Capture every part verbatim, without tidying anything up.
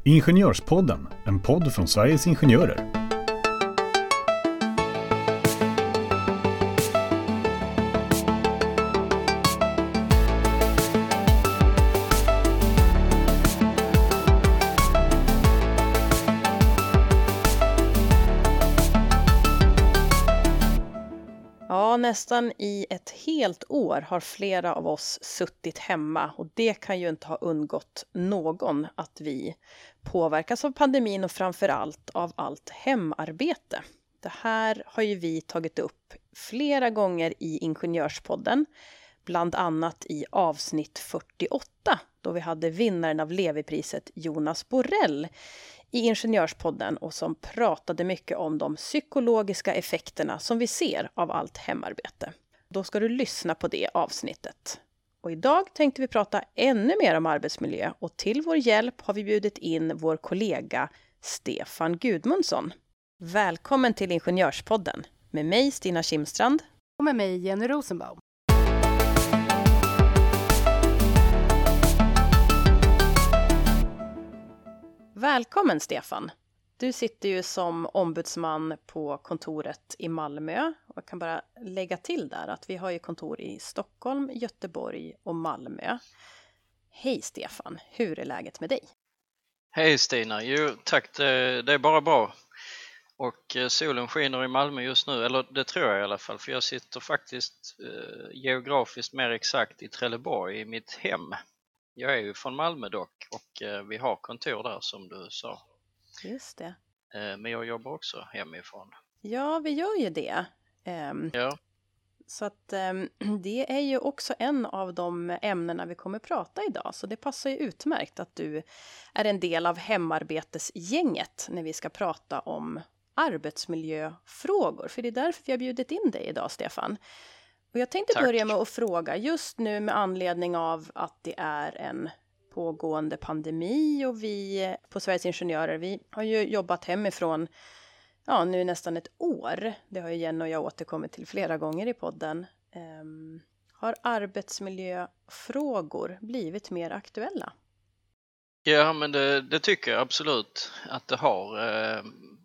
Ingenjörspodden, en podd från Sveriges ingenjörer. Ja, nästan i ett helt år har flera av oss suttit hemma och det kan ju inte ha undgått någon att vi påverkas av pandemin och framförallt av allt hemarbete. Det här har ju vi tagit upp flera gånger i Ingenjörspodden, bland annat i avsnitt fyrtioåtta då vi hade vinnaren av Levipriset Jonas Borrell i Ingenjörspodden och som pratade mycket om de psykologiska effekterna som vi ser av allt hemarbete. Då ska du lyssna på det avsnittet. Och idag tänkte vi prata ännu mer om arbetsmiljö och till vår hjälp har vi bjudit in vår kollega Stefan Gudmundsson. Välkommen till Ingenjörspodden med mig Stina Kimstrand och med mig Jenny Rosenbaum. Välkommen Stefan! Du sitter ju som ombudsman på kontoret i Malmö och jag kan bara lägga till där att vi har ju kontor i Stockholm, Göteborg och Malmö. Hej Stefan, hur är läget med dig? Hej Stina, jo tack det, det är bara bra och solen skiner i Malmö just nu, eller det tror jag i alla fall för jag sitter faktiskt eh, geografiskt mer exakt i Trelleborg i mitt hem. Jag är ju från Malmö dock och eh, vi har kontor där som du sa. Just det. Eh, men jag jobbar också hemifrån. Ja, vi gör ju det. Um, ja. Så att um, det är ju också en av de ämnena vi kommer prata idag. Så det passar ju utmärkt att du är en del av hemarbetesgänget när vi ska prata om arbetsmiljöfrågor. För det är därför vi har bjudit in dig idag, Stefan. Och jag tänkte Tack. börja med att fråga, just nu med anledning av att det är en pågående pandemi och vi på Sveriges ingenjörer, vi har ju jobbat hemifrån ja, nu nästan ett år. Det har ju Jenny och jag återkommit till flera gånger i podden. Um, har arbetsmiljöfrågor blivit mer aktuella? Ja, men det, det tycker jag absolut att det har eh,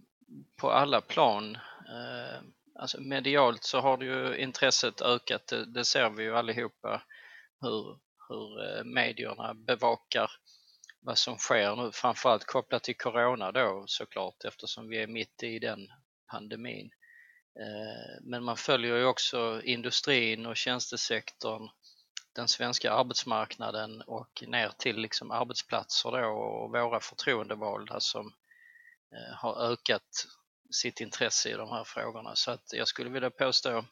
på alla plan. Eh, Alltså medialt så har det ju intresset ökat, det, det ser vi ju allihopa hur, hur medierna bevakar vad som sker nu, framförallt kopplat till corona då såklart eftersom vi är mitt i den pandemin. Men man följer ju också industrin och tjänstesektorn, den svenska arbetsmarknaden och ner till liksom arbetsplatser då och våra förtroendevalda som har ökat sitt intresse i de här frågorna. Så att jag skulle vilja påstå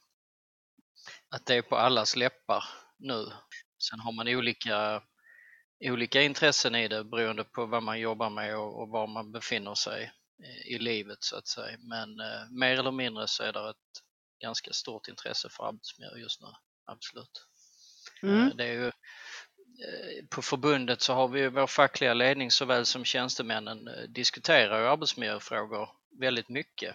att det är på allas läppar nu. Sen har man olika, olika intressen i det beroende på vad man jobbar med och, och var man befinner sig i livet så att säga. Men eh, mer eller mindre så är det ett ganska stort intresse för arbetsmiljö just nu. Absolut. Mm. Eh, det är ju På förbundet så har vi vår fackliga ledning såväl som tjänstemännen diskuterar ju arbetsmiljöfrågor väldigt mycket.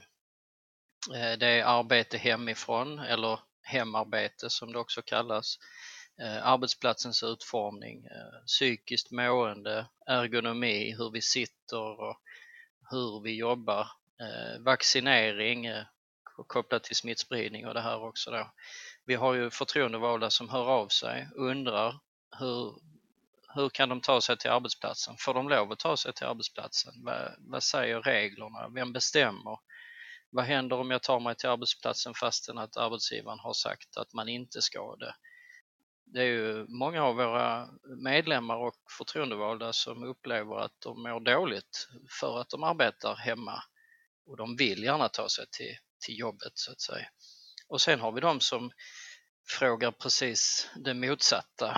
Det är arbete hemifrån eller hemarbete som det också kallas, arbetsplatsens utformning, psykiskt mående, ergonomi, hur vi sitter och hur vi jobbar, vaccinering kopplat till smittspridning och det här också då. Vi har ju förtroendevalda som hör av sig och undrar hur, hur kan de ta sig till arbetsplatsen? Får de lov att ta sig till arbetsplatsen? Vad, vad säger reglerna? Vem bestämmer? Vad händer om jag tar mig till arbetsplatsen fastän att arbetsgivaren har sagt att man inte ska det? Det är ju många av våra medlemmar och förtroendevalda som upplever att de mår dåligt för att de arbetar hemma och de vill gärna ta sig till, till jobbet så att säga. Och sen har vi de som frågar precis det motsatta.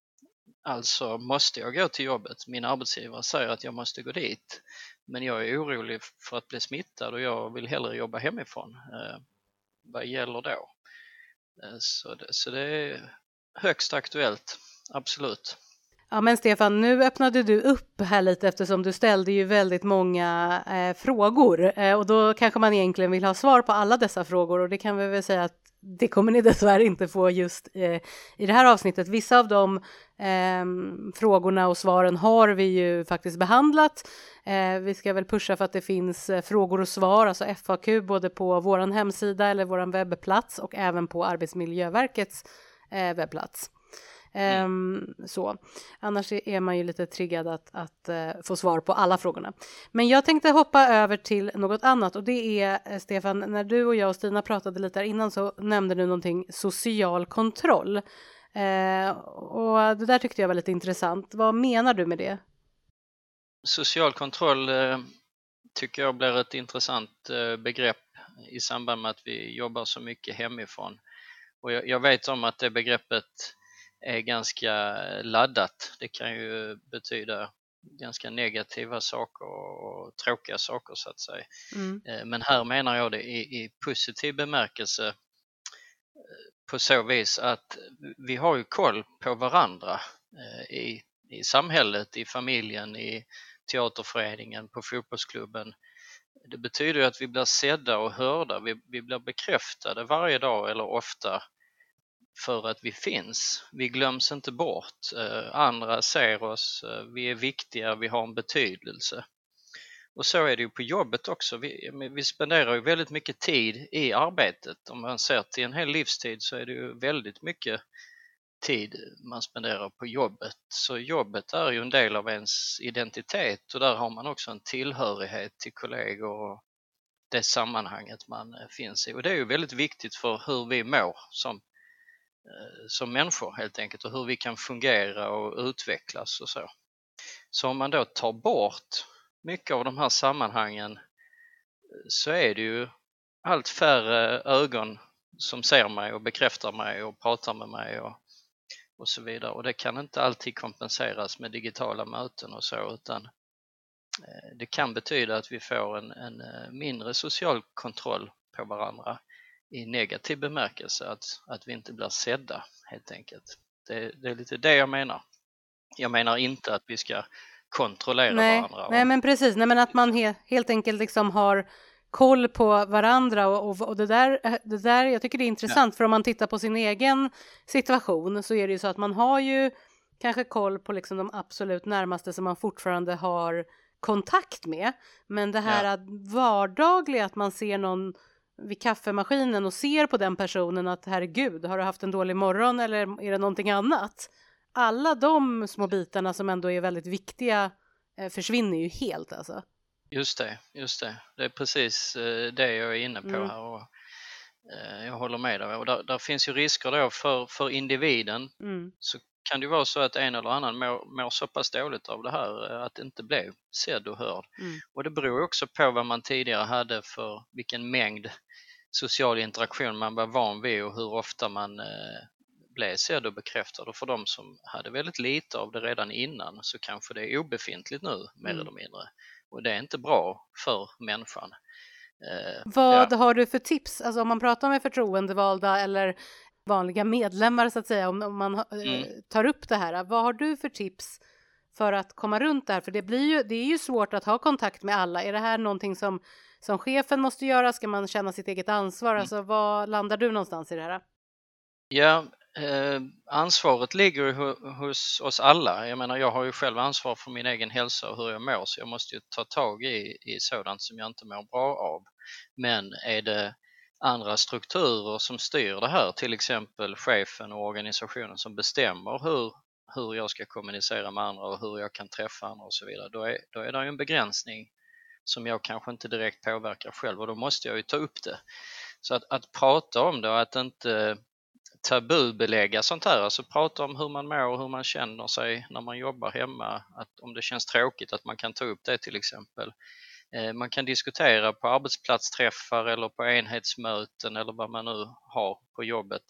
Alltså, måste jag gå till jobbet? Min arbetsgivare säger att jag måste gå dit. Men jag är orolig för att bli smittad och jag vill hellre jobba hemifrån. Eh, vad gäller då? Eh, så, det, så det är högst aktuellt, absolut. Ja men Stefan, nu öppnade du upp här lite eftersom du ställde ju väldigt många eh, frågor. Eh, och då kanske man egentligen vill ha svar på alla dessa frågor och det kan vi väl säga att det kommer ni dessvärre inte få just eh, i det här avsnittet. Vissa av de eh, frågorna och svaren har vi ju faktiskt behandlat. Eh, vi ska väl pusha för att det finns eh, frågor och svar, alltså F A Q, både på vår hemsida eller vår webbplats och även på Arbetsmiljöverkets eh, webbplats. Um, så. Annars är man ju lite triggad att, att uh, få svar på alla frågorna. Men jag tänkte hoppa över till något annat, och det är, Stefan, när du och jag och Stina pratade lite här innan så nämnde du någonting social kontroll. Uh, och det där tyckte jag var lite intressant. Vad menar du med det? Social kontroll eh, tycker jag blir ett intressant eh, begrepp i samband med att vi jobbar så mycket hemifrån. Och jag, jag vet om att det begreppet är ganska laddat. Det kan ju betyda ganska negativa saker och tråkiga saker så att säga. Mm. Men här menar jag det i, i positiv bemärkelse på så vis att vi har ju koll på varandra i, i samhället, i familjen, i teaterföreningen, på fotbollsklubben. Det betyder ju att vi blir sedda och hörda. Vi, vi blir bekräftade varje dag eller ofta för att vi finns. Vi glöms inte bort. Eh, andra ser oss. Eh, vi är viktiga. Vi har en betydelse. Och så är det ju på jobbet också. Vi, vi spenderar ju väldigt mycket tid i arbetet. Om man ser till en hel livstid så är det ju väldigt mycket tid man spenderar på jobbet. Så jobbet är ju en del av ens identitet, och där har man också en tillhörighet till kollegor och det sammanhanget man finns i. Och det är ju väldigt viktigt för hur vi mår som som människor helt enkelt, och hur vi kan fungera och utvecklas och så. Så om man då tar bort mycket av de här sammanhangen så är det ju allt färre ögon som ser mig och bekräftar mig och pratar med mig och, och så vidare. Och det kan inte alltid kompenseras med digitala möten och så, utan det kan betyda att vi får en, en mindre social kontroll på varandra i negativ bemärkelse, att, att vi inte blir sedda helt enkelt. Det, det är lite det jag menar. Jag menar inte att vi ska kontrollera nej, varandra. Nej, men precis. Nej, men att man he, helt enkelt liksom har koll på varandra och, och, och det, där, det där, jag tycker det är intressant, ja. För om man tittar på sin egen situation så är det ju så att man har ju kanske koll på liksom de absolut närmaste som man fortfarande har kontakt med. Men det här ja. att vardagliga, att man ser någon vid kaffemaskinen och ser på den personen att herregud, har du haft en dålig morgon eller är det någonting annat? Alla de små bitarna som ändå är väldigt viktiga eh, försvinner ju helt alltså. Just det, just det. Det är precis eh, det jag är inne på mm. här, och eh, jag håller med dig. Och där, där finns ju risker då för, för individen. Mm. Så kan det vara så att en eller annan mår, mår så pass dåligt av det här att det inte blev sedd och hörd. Mm. Och det beror också på vad man tidigare hade för vilken mängd social interaktion man var van vid och hur ofta man eh, blev sedd och bekräftad. Och för de som hade väldigt lite av det redan innan så kanske det är obefintligt nu, mer mm. eller mindre. Och det är inte bra för människan. Eh, vad ja. har du för tips? Alltså om man pratar med förtroendevalda eller vanliga medlemmar så att säga, om, om man mm. tar upp det här. Vad har du för tips för att komma runt det här? För det, blir ju, det är ju svårt att ha kontakt med alla. Är det här någonting som, som chefen måste göra? Ska man känna sitt eget ansvar? Mm. Alltså vad landar du någonstans i det här? Ja, eh, ansvaret ligger ju hos oss alla. Jag menar, jag har ju själv ansvar för min egen hälsa och hur jag mår, så jag måste ju ta tag i, i sådant som jag inte mår bra av. Men är det andra strukturer som styr det här, till exempel chefen och organisationen som bestämmer hur, hur jag ska kommunicera med andra och hur jag kan träffa andra och så vidare, då är, då är det ju en begränsning som jag kanske inte direkt påverkar själv, och då måste jag ju ta upp det. Så att, att prata om det och att inte tabubelägga sånt här, alltså prata om hur man mår och hur man känner sig när man jobbar hemma, att om det känns tråkigt att man kan ta upp det till exempel. Man kan diskutera på arbetsplatsträffar eller på enhetsmöten eller vad man nu har på jobbet.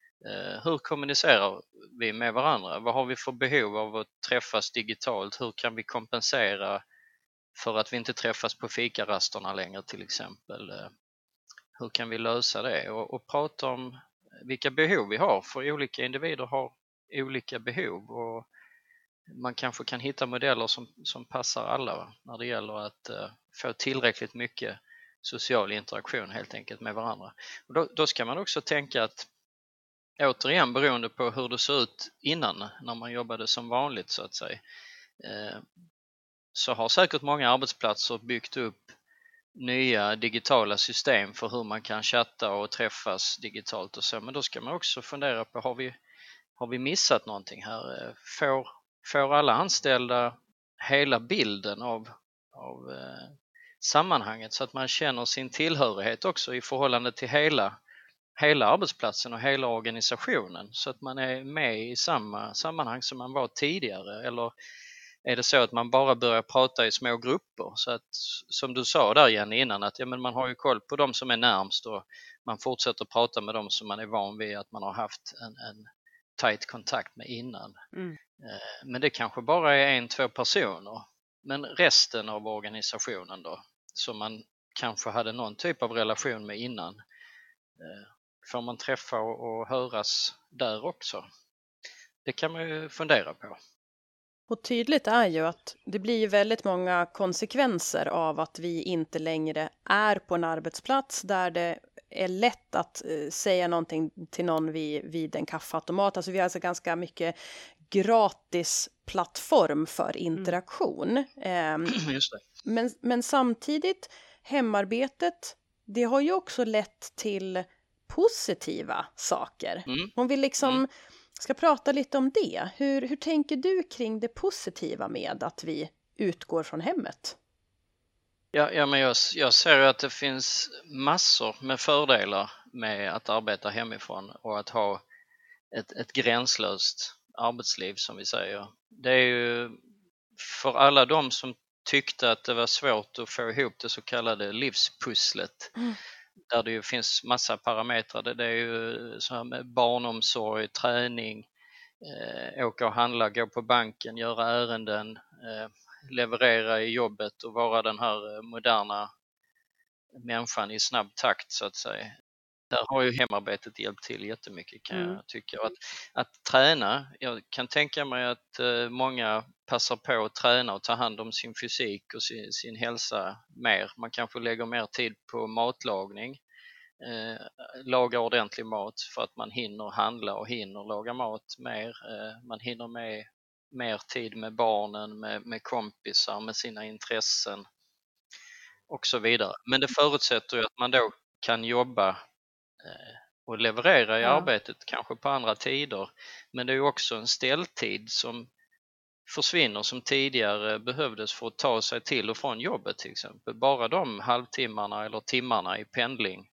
Hur kommunicerar vi med varandra? Vad har vi för behov av att träffas digitalt? Hur kan vi kompensera för att vi inte träffas på fikarasterna längre till exempel? Hur kan vi lösa det? Och, och prata om vilka behov vi har, för olika individer har olika behov, och man kanske kan hitta modeller som, som passar alla, va? När det gäller att uh, få tillräckligt mycket social interaktion helt enkelt med varandra. Och då, då ska man också tänka att återigen beroende på hur det såg ut innan när man jobbade som vanligt så att säga, eh, så har säkert många arbetsplatser byggt upp nya digitala system för hur man kan chatta och träffas digitalt och så. Men då ska man också fundera på, har vi, har vi missat någonting här? Får, får alla anställda hela bilden av, av eh, sammanhanget så att man känner sin tillhörighet också i förhållande till hela, hela arbetsplatsen och hela organisationen så att man är med i samma sammanhang som man var tidigare? Eller är det så att man bara börjar prata i små grupper så att, som du sa där Jenny innan, att ja, men man har ju koll på de som är närmst och man fortsätter prata med dem som man är van vid att man har haft en, en tight kontakt med innan. Mm. Men det kanske bara är en, två personer. Men resten av organisationen då, som man kanske hade någon typ av relation med innan, får man träffa och, och höras där också? Det kan man ju fundera på. Och tydligt är ju att det blir ju väldigt många konsekvenser av att vi inte längre är på en arbetsplats där det är lätt att eh, säga någonting till någon vid, vid en kaffeautomat. Alltså vi har alltså ganska mycket gratis plattform för interaktion. Mm. Eh, Just det. Men, men samtidigt, hemarbetet, det har ju också lett till positiva saker. Mm. Om vi liksom... Mm. ska prata lite om det. Hur, hur tänker du kring det positiva med att vi utgår från hemmet? Ja, ja men jag, jag ser att det finns massor med fördelar med att arbeta hemifrån och att ha ett, ett gränslöst arbetsliv som vi säger. Det är ju för alla de som tyckte att det var svårt att få ihop det så kallade livspusslet. Mm. Där det ju finns massa parametrar. Det är ju så här med barnomsorg, träning, eh, åka och handla, gå på banken, göra ärenden, eh, leverera i jobbet och vara den här moderna människan i snabb takt så att säga. Där har ju hemarbetet hjälpt till jättemycket kan mm. jag tycka. Och att, att träna, jag kan tänka mig att eh, många passar på att träna och ta hand om sin fysik och sin, sin hälsa mer. Man kanske lägger mer tid på matlagning, eh, lagar ordentlig mat för att man hinner handla och hinner laga mat mer. Eh, man hinner med mer tid med barnen, med, med kompisar, med sina intressen och så vidare. Men det förutsätter ju att man då kan jobba och leverera i ja. arbetet kanske på andra tider, men det är ju också en ställtid som försvinner som tidigare behövdes för att ta sig till och från jobbet till exempel. Bara de halvtimmarna eller timmarna i pendling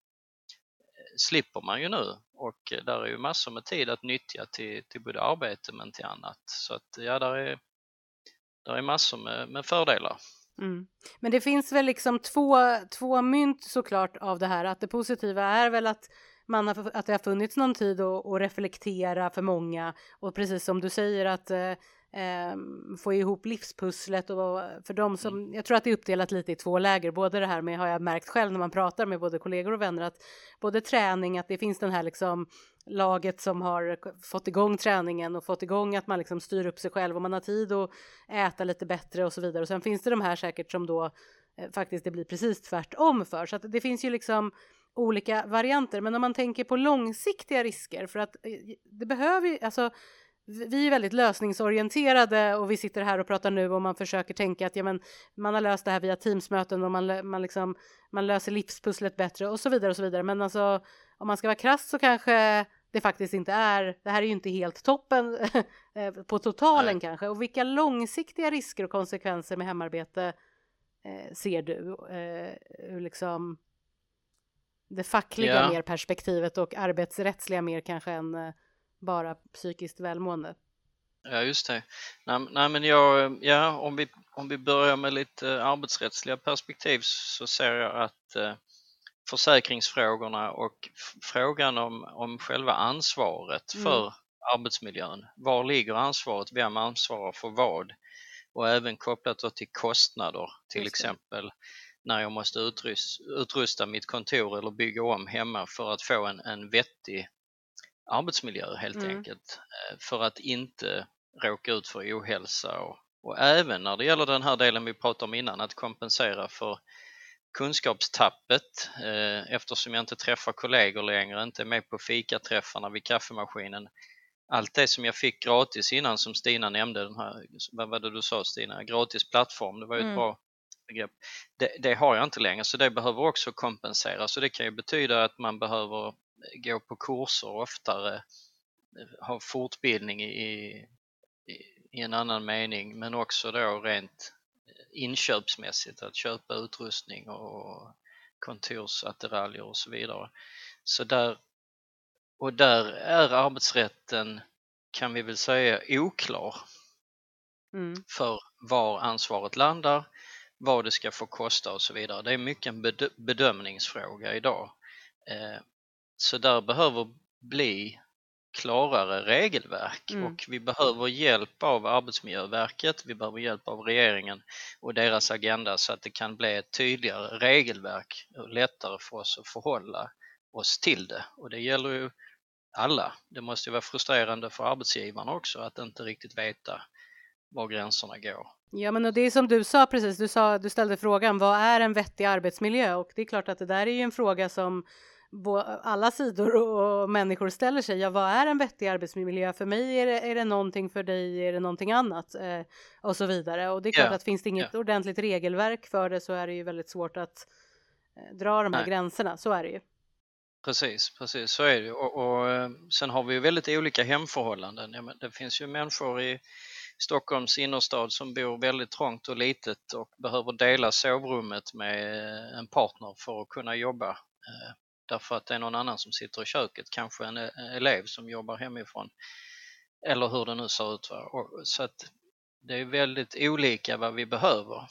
slipper man ju nu och där är ju massor med tid att nyttja till, till både arbete men till annat. Så att ja, där är, där är massor med, med fördelar. Mm. Men det finns väl liksom två, två mynt såklart av det här. Att det positiva är väl att, man har, att det har funnits någon tid att, att reflektera för många. Och precis som du säger att eh, få ihop livspusslet. Och för dem som, mm. jag tror att det är uppdelat lite i två läger. Både det här med, har jag märkt själv när man pratar med både kollegor och vänner. Att både träning, att det finns den här liksom laget som har fått igång träningen och fått igång att man liksom styr upp sig själv och man har tid att äta lite bättre och så vidare. Och sen finns det de här säkert som då eh, faktiskt det blir precis tvärtom för. Så att det finns ju liksom olika varianter. Men om man tänker på långsiktiga risker, för att eh, det behöver ju, alltså vi är väldigt lösningsorienterade och vi sitter här och pratar nu och man försöker tänka att ja, men man har löst det här via Teamsmöten och man, man, liksom, man löser livspusslet bättre och så vidare och så vidare. Men alltså om man ska vara krass så kanske det faktiskt inte är, det här är ju inte helt toppen på totalen. Nej. Kanske. Och vilka långsiktiga risker och konsekvenser med hemarbete eh, ser du? Eh, liksom det fackliga ja. mer perspektivet och arbetsrättsliga mer kanske än eh, bara psykiskt välmående. Ja, just det. Nej, nej men jag, ja, om vi, om vi börjar med lite arbetsrättsliga perspektiv så ser jag att eh, försäkringsfrågorna och f- frågan om, om själva ansvaret mm. för arbetsmiljön. Var ligger ansvaret? Vem ansvarar för vad? Och även kopplat då till kostnader, till exempel när jag måste utrusta, utrusta mitt kontor eller bygga om hemma för att få en, en vettig arbetsmiljö helt mm. enkelt. För att inte råka ut för ohälsa och, och även när det gäller den här delen vi pratade om innan, att kompensera för kunskapstappet eh, eftersom jag inte träffar kollegor längre, inte är med på fikaträffarna vid kaffemaskinen. Allt det som jag fick gratis innan, som Stina nämnde, den här, vad var det du sa Stina, gratis plattform, det var ju ett Mm. bra begrepp. Det, det har jag inte längre, så det behöver också kompenseras. Så det kan ju betyda att man behöver gå på kurser oftare, ha fortbildning i, i, i en annan mening, men också då rent inköpsmässigt, att köpa utrustning och kontorsattiraljer och så vidare. Så där, och där är arbetsrätten, kan vi väl säga, oklar Mm. för var ansvaret landar, vad det ska få kosta och så vidare. Det är mycket en bed- bedömningsfråga idag. Eh, så där behöver bli klarare regelverk Mm. och vi behöver hjälp av Arbetsmiljöverket, vi behöver hjälp av regeringen och deras agenda så att det kan bli ett tydligare regelverk och lättare för oss att förhålla oss till det. Och det gäller ju alla. Det måste ju vara frustrerande för arbetsgivarna också att inte riktigt veta var gränserna går. Ja, men och det är som du sa precis, du, sa, du ställde frågan, vad är en vettig arbetsmiljö? Och det är klart att det där är ju en fråga som alla sidor och människor ställer sig. Ja, vad är en vettig arbetsmiljö? För mig är det, är det någonting, för dig är det någonting annat eh, och så vidare. Och det är klart Ja, att finns det inget ja. ordentligt regelverk för det så är det ju väldigt svårt att eh, dra de här Nej. gränserna, så är det ju. Precis, precis så är det. Och, och eh, sen har vi ju väldigt olika hemförhållanden. Ja, men det finns ju människor i Stockholms innerstad som bor väldigt trångt och litet och behöver dela sovrummet med en partner för att kunna jobba. Eh, därför att det är någon annan som sitter i köket, kanske en, en elev som jobbar hemifrån. Eller hur det nu ser ut. Va? Och, så att det är väldigt olika vad vi behöver.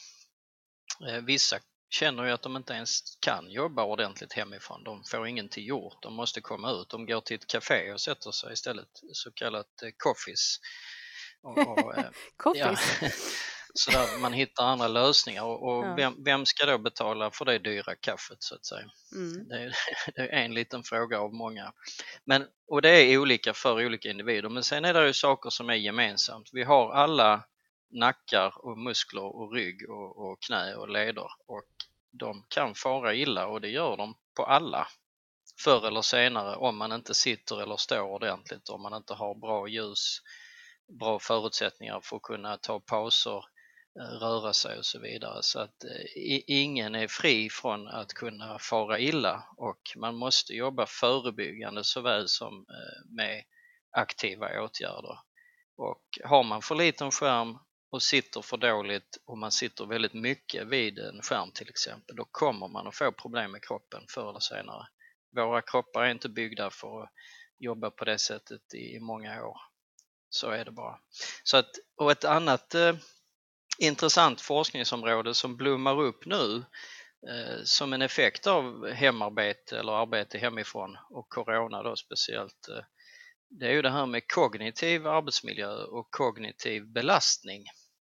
Eh, vissa känner ju att de inte ens kan jobba ordentligt hemifrån. De får ingenting gjort, de måste komma ut. De går till ett café och sätter sig istället, så kallat eh, coffees. Och, och, eh, Coffees. ja, så där man hittar andra lösningar. Och, och Ja. vem, vem ska då betala för det dyra kaffet, så att säga? Mm. Det är, det är en liten fråga av många. Men, och det är olika för olika individer. Men sen är det ju saker som är gemensamt. Vi har alla nackar och muskler och rygg och, och knä och leder. Och de kan fara illa, och det gör de på alla. Förr eller senare, om man inte sitter eller står ordentligt. Om man inte har bra ljus, bra förutsättningar för att kunna ta pauser, röra sig och så vidare. Så att eh, ingen är fri från att kunna fara illa, och man måste jobba förebyggande såväl som eh, med aktiva åtgärder. Och har man för liten skärm och sitter för dåligt, och man sitter väldigt mycket vid en skärm till exempel, då kommer man att få problem med kroppen förr eller senare. Våra kroppar är inte byggda för att jobba på det sättet i många år. Så är det bara. Så att, och ett annat eh, intressant forskningsområde som blommar upp nu eh, som en effekt av hemarbete eller arbete hemifrån och corona då speciellt, eh, det är ju det här med kognitiv arbetsmiljö och kognitiv belastning.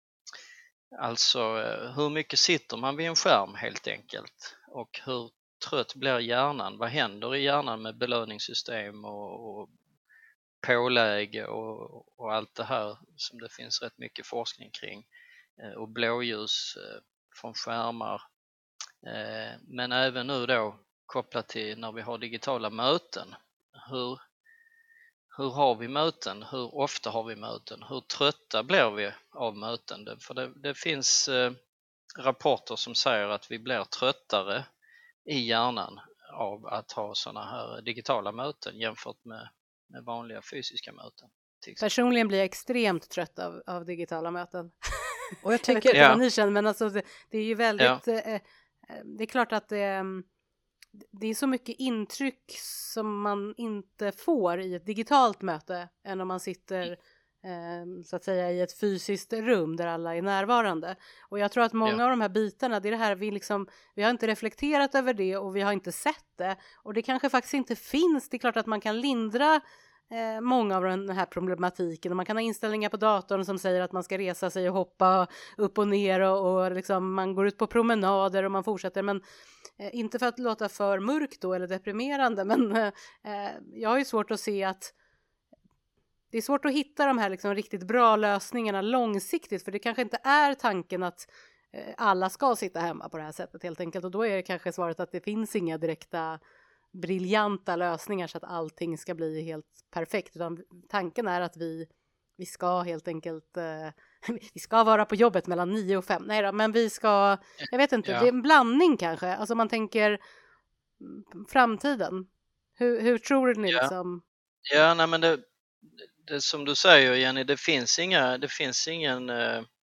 Alltså eh, hur mycket sitter man vid en skärm helt enkelt, och hur trött blir hjärnan? Vad händer i hjärnan med belöningssystem och, och påläge och, och allt det här som det finns rätt mycket forskning kring, eh, och blåljus eh, från skärmar, eh, men även nu då kopplat till när vi har digitala möten. Hur, hur har vi möten? Hur ofta har vi möten? Hur trötta blir vi av möten? Det, för det, det finns eh, rapporter som säger att vi blir tröttare i hjärnan av att ha sådana här digitala möten jämfört med med vanliga fysiska möten. Personligen blir jag extremt trött av, av digitala möten. Och jag Jag vet tycker, inte Ja. vad ni känner, men alltså det, det är ju väldigt... Eh, eh, det är klart att det, det är så mycket intryck som man inte får i ett digitalt möte än om man sitter eh, så att säga i ett fysiskt rum där alla är närvarande. Och jag tror att många Ja. av de här bitarna, det är det här vi liksom, vi har inte reflekterat över det och vi har inte sett det. Och det kanske faktiskt inte finns. Det är klart att man kan lindra Eh, många av den här problematiken, och man kan ha inställningar på datorn som säger att man ska resa sig och hoppa upp och ner och, och liksom man går ut på promenader och man fortsätter, men eh, inte för att låta för mörkt då eller deprimerande, men eh, jag har ju svårt att se att det är svårt att hitta de här liksom riktigt bra lösningarna långsiktigt, för det kanske inte är tanken att eh, alla ska sitta hemma på det här sättet helt enkelt. Och då är det kanske svaret att det finns inga direkta briljanta lösningar så att allting ska bli helt perfekt. Utan tanken är att vi, vi ska helt enkelt, eh, vi ska vara på jobbet mellan nio och fem. Nej då, men vi ska, jag vet inte, Ja. det är en blandning kanske. Alltså man tänker mm, framtiden. Hur, hur tror ni Ja. liksom? Ja, nej, men det, det som du säger Jenny, det finns inga, det finns ingen eh,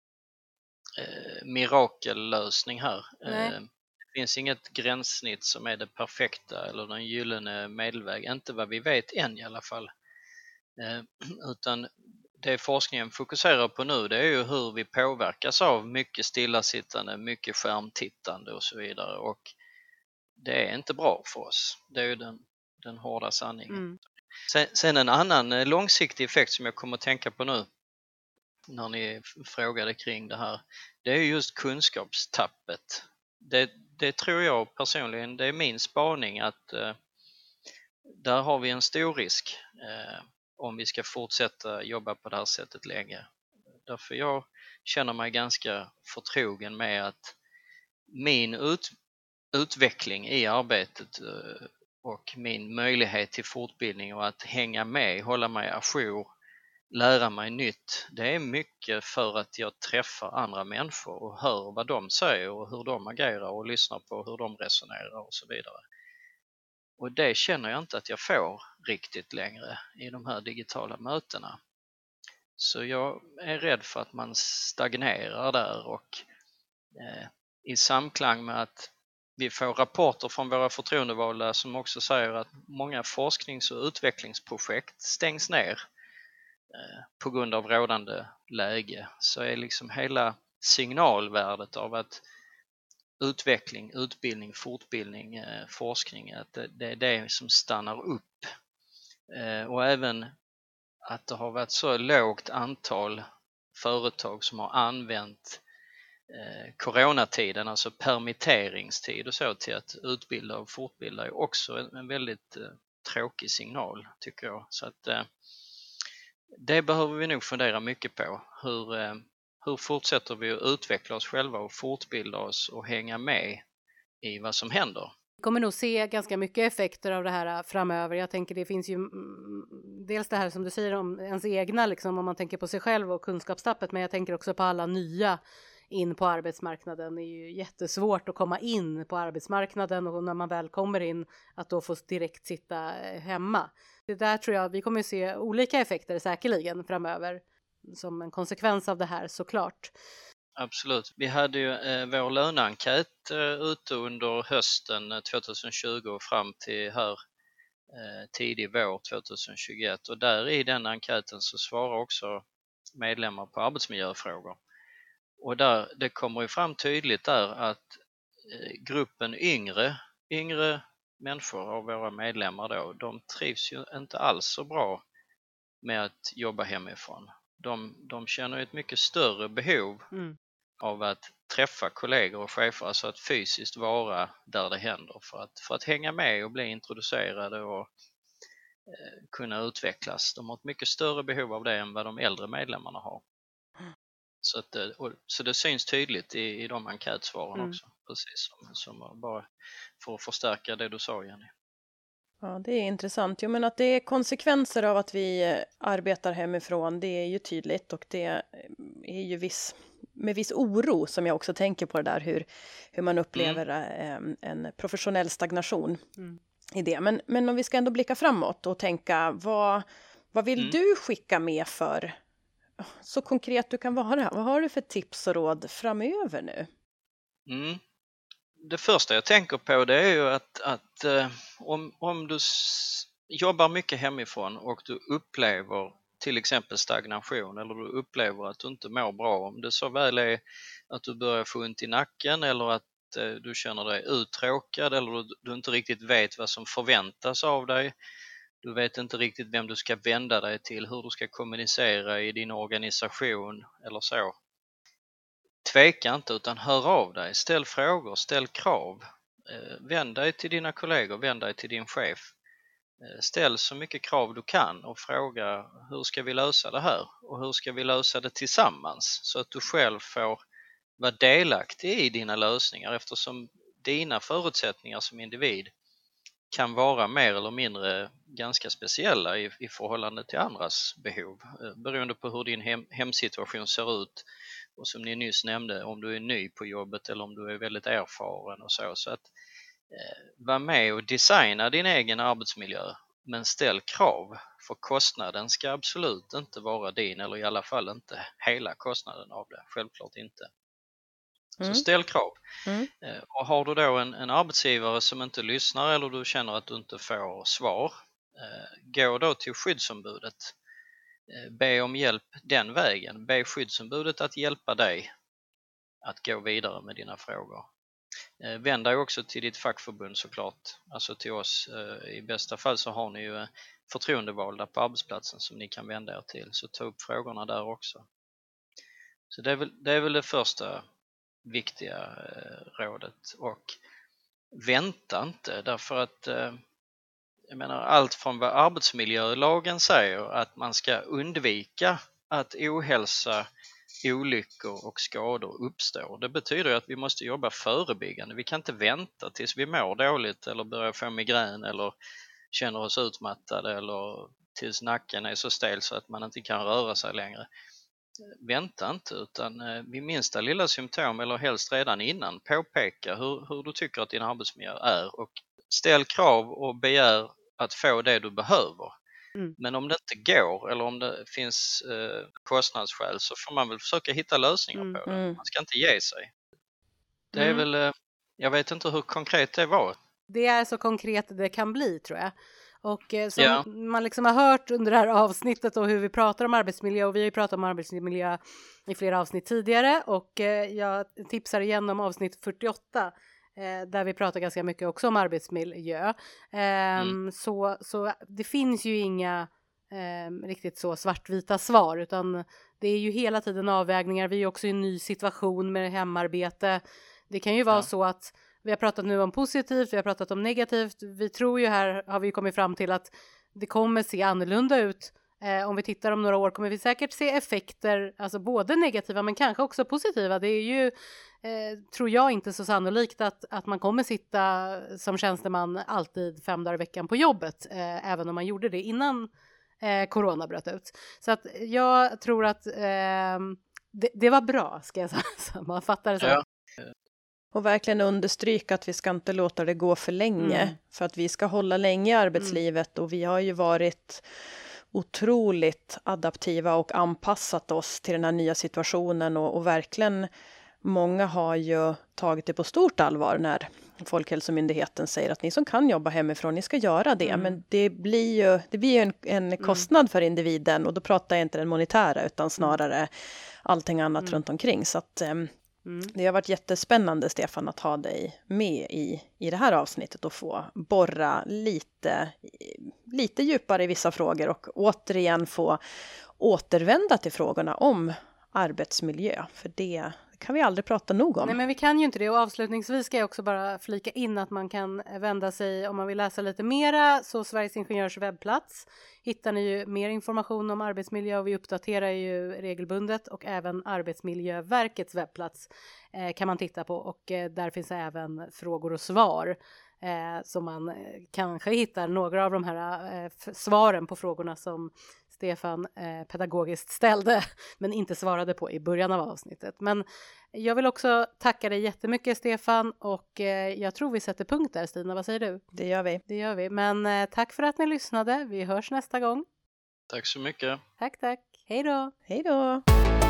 eh, mirakellösning här. Nej. Eh, det finns inget gränssnitt som är det perfekta eller den gyllene medelväg, inte vad vi vet än i alla fall. Eh, utan det forskningen fokuserar på nu, det är ju hur vi påverkas av mycket stillasittande, mycket skärmtittande och så vidare, och det är inte bra för oss. Det är ju den, den hårda sanningen. Mm. Sen, sen en annan eh, långsiktig effekt som jag kommer att tänka på nu när ni f- frågade kring det här, det är just kunskapstappet. Det, det tror jag personligen, det är min spaning att eh, där har vi en stor risk eh, om vi ska fortsätta jobba på det här sättet länge. Därför jag känner mig ganska förtrogen med att min ut, utveckling i arbetet eh, och min möjlighet till fortbildning och att hänga med, hålla mig ajour, lära mig nytt, det är mycket för att jag träffar andra människor och hör vad de säger och hur de agerar och lyssnar på hur de resonerar och så vidare. Och det känner jag inte att jag får riktigt längre i de här digitala mötena. Så jag är rädd för att man stagnerar där, och eh, i samklang med att vi får rapporter från våra förtroendevalda som också säger att många forsknings- och utvecklingsprojekt stängs ner eh, på grund av rådande läge, så är liksom hela signalvärdet av att utveckling, utbildning, fortbildning, eh, forskning, att det, det är det som stannar upp. Eh, och även att det har varit så lågt antal företag som har använt eh, coronatiden, alltså permitteringstid och så, till att utbilda och fortbilda är också en, en väldigt eh, tråkig signal tycker jag. Så att eh, det behöver vi nog fundera mycket på. Hur, eh, hur fortsätter vi att utveckla oss själva och fortbilda oss och hänga med i vad som händer? Vi kommer nog se ganska mycket effekter av det här framöver. Jag tänker det finns ju mm, dels det här som du säger om ens egna, liksom, om man tänker på sig själv och kunskapstappet, men jag tänker också på alla nya in på arbetsmarknaden. Det är ju jättesvårt att komma in på arbetsmarknaden, och när man väl kommer in att då få direkt sitta hemma. Det där tror jag vi kommer se olika effekter säkerligen framöver som en konsekvens av det här, såklart. Absolut. Vi hade ju eh, vår löneenkät eh, ute under hösten tjugohundratjugo och fram till här eh, tidig vår tjugohundratjugoett, och där i den enkäten så svarar också medlemmar på arbetsmiljöfrågor. Och där, det kommer ju fram tydligt där att eh, gruppen yngre, yngre människor av våra medlemmar då, de trivs ju inte alls så bra med att jobba hemifrån. De, de känner ett mycket större behov Mm. av att träffa kollegor och chefer, alltså att fysiskt vara där det händer för att, för att hänga med och bli introducerade och eh, kunna utvecklas. De har ett mycket större behov av det än vad de äldre medlemmarna har. Så, att, och, så det syns tydligt i, i de enkätsvaren Mm. också, precis som, som bara för att förstärka det du sa, Jenny. Ja, det är intressant. Jo, men att det är konsekvenser av att vi arbetar hemifrån, det är ju tydligt, och det är ju viss, med viss oro som jag också tänker på det där, hur, hur man upplever mm. en professionell stagnation mm. i det. Men, men om vi ska ändå blicka framåt och tänka, vad, vad vill mm. du skicka med för, så konkret du kan vara, vad har du för tips och råd framöver nu? Mm. Det första jag tänker på det är ju att, att eh, om, om du s- jobbar mycket hemifrån och du upplever till exempel stagnation, eller du upplever att du inte mår bra, om det så väl är att du börjar få ont i nacken eller att eh, du känner dig uttråkad eller du, du inte riktigt vet vad som förväntas av dig, du vet inte riktigt vem du ska vända dig till, hur du ska kommunicera i din organisation eller så. Tveka inte, utan hör av dig, ställ frågor, ställ krav, eh, vänd dig till dina kollegor, vänd dig till din chef. Eh, ställ så mycket krav du kan och fråga, hur ska vi lösa det här och hur ska vi lösa det tillsammans, så att du själv får vara delaktig i dina lösningar, eftersom dina förutsättningar som individ kan vara mer eller mindre ganska speciella i, i förhållande till andras behov, beroende på hur din hem, hemsituation ser ut. Och som ni nyss nämnde, om du är ny på jobbet eller om du är väldigt erfaren och så. Så att eh, vara med och designa din egen arbetsmiljö, men ställ krav, för kostnaden ska absolut inte vara din, eller i alla fall inte hela kostnaden av det, självklart inte. Mm. Så ställ krav. Mm. Eh, och har du då en, en arbetsgivare som inte lyssnar eller du känner att du inte får svar, eh, gå då till skyddsombudet. Be om hjälp den vägen. Be skyddsombudet att hjälpa dig att gå vidare med dina frågor. Vänd dig också till ditt fackförbund såklart. Alltså till oss. I bästa fall så har ni ju förtroendevalda på arbetsplatsen som ni kan vända er till. Så ta upp frågorna där också. Så det är väl det, är väl det första viktiga rådet. Och vänta inte, därför att jag menar, allt från vad arbetsmiljölagen säger att man ska undvika att ohälsa, olyckor och skador uppstår. Det betyder att vi måste jobba förebyggande. Vi kan inte vänta tills vi mår dåligt eller börjar få migrän eller känner oss utmattade eller tills nacken är så stel så att man inte kan röra sig längre. Vänta inte, utan vid minsta lilla symptom eller helst redan innan påpeka hur, hur du tycker att din arbetsmiljö är och ställ krav och begär att få det du behöver. Mm. Men om det inte går eller om det finns eh, kostnadsskäl så får man väl försöka hitta lösningar mm. på det. Man ska inte ge sig. Det är mm. väl, eh, jag vet inte hur konkret det var. Det är så konkret det kan bli, tror jag. Och eh, som ja. man liksom har hört under det här avsnittet och hur vi pratar om arbetsmiljö, och vi har ju pratat om arbetsmiljö i flera avsnitt tidigare, och eh, jag tipsar igen om avsnitt fyrtioåtta eh, där vi pratar ganska mycket också om arbetsmiljö. Eh, mm. så, så det finns ju inga eh, riktigt så svartvita svar, utan det är ju hela tiden avvägningar. Vi är också i en ny situation med hemarbete. Det kan ju vara ja. så att vi har pratat nu om positivt, vi har pratat om negativt. Vi tror ju här, har vi kommit fram till att det kommer se annorlunda ut. Eh, om vi tittar om några år kommer vi säkert se effekter, alltså både negativa men kanske också positiva. Det är ju, eh, tror jag, inte så sannolikt att, att man kommer sitta som tjänsteman alltid fem dagar i veckan på jobbet. Eh, även om man gjorde det innan eh, corona bröt ut. Så att jag tror att eh, det, det var bra, ska jag säga. Man fattar det så. Ja. Och verkligen understryka att vi ska inte låta det gå för länge. Mm. För att vi ska hålla länge i arbetslivet. Mm. Och vi har ju varit otroligt adaptiva och anpassat oss till den här nya situationen. Och, och verkligen, många har ju tagit det på stort allvar när Folkhälsomyndigheten säger att ni som kan jobba hemifrån, ni ska göra det. Mm. Men det blir ju, det blir ju en, en kostnad mm. för individen. Och då pratar jag inte den monetära utan snarare mm. allting annat mm. runt omkring. Så att Mm. det har varit jättespännande, Stefan, att ha dig med i, i det här avsnittet och få borra lite, lite djupare i vissa frågor och återigen få återvända till frågorna om arbetsmiljö, för det kan vi aldrig prata nog om. Nej, men vi kan ju inte det, och avslutningsvis ska jag också bara flika in att man kan vända sig, om man vill läsa lite mera, så Sveriges Ingenjörs webbplats hittar ni ju mer information om arbetsmiljö, och vi uppdaterar ju regelbundet, och även Arbetsmiljöverkets webbplats eh, kan man titta på, och eh, där finns även frågor och svar eh, så man eh, kanske hittar några av de här eh, f- svaren på frågorna som Stefan eh, pedagogiskt ställde men inte svarade på i början av avsnittet. Men jag vill också tacka dig jättemycket, Stefan, och eh, jag tror vi sätter punkt där. Stina, vad säger du? Det gör vi. Det gör vi. Men eh, tack för att ni lyssnade. Vi hörs nästa gång. Tack så mycket. Tack, tack. Hej då. Hej då.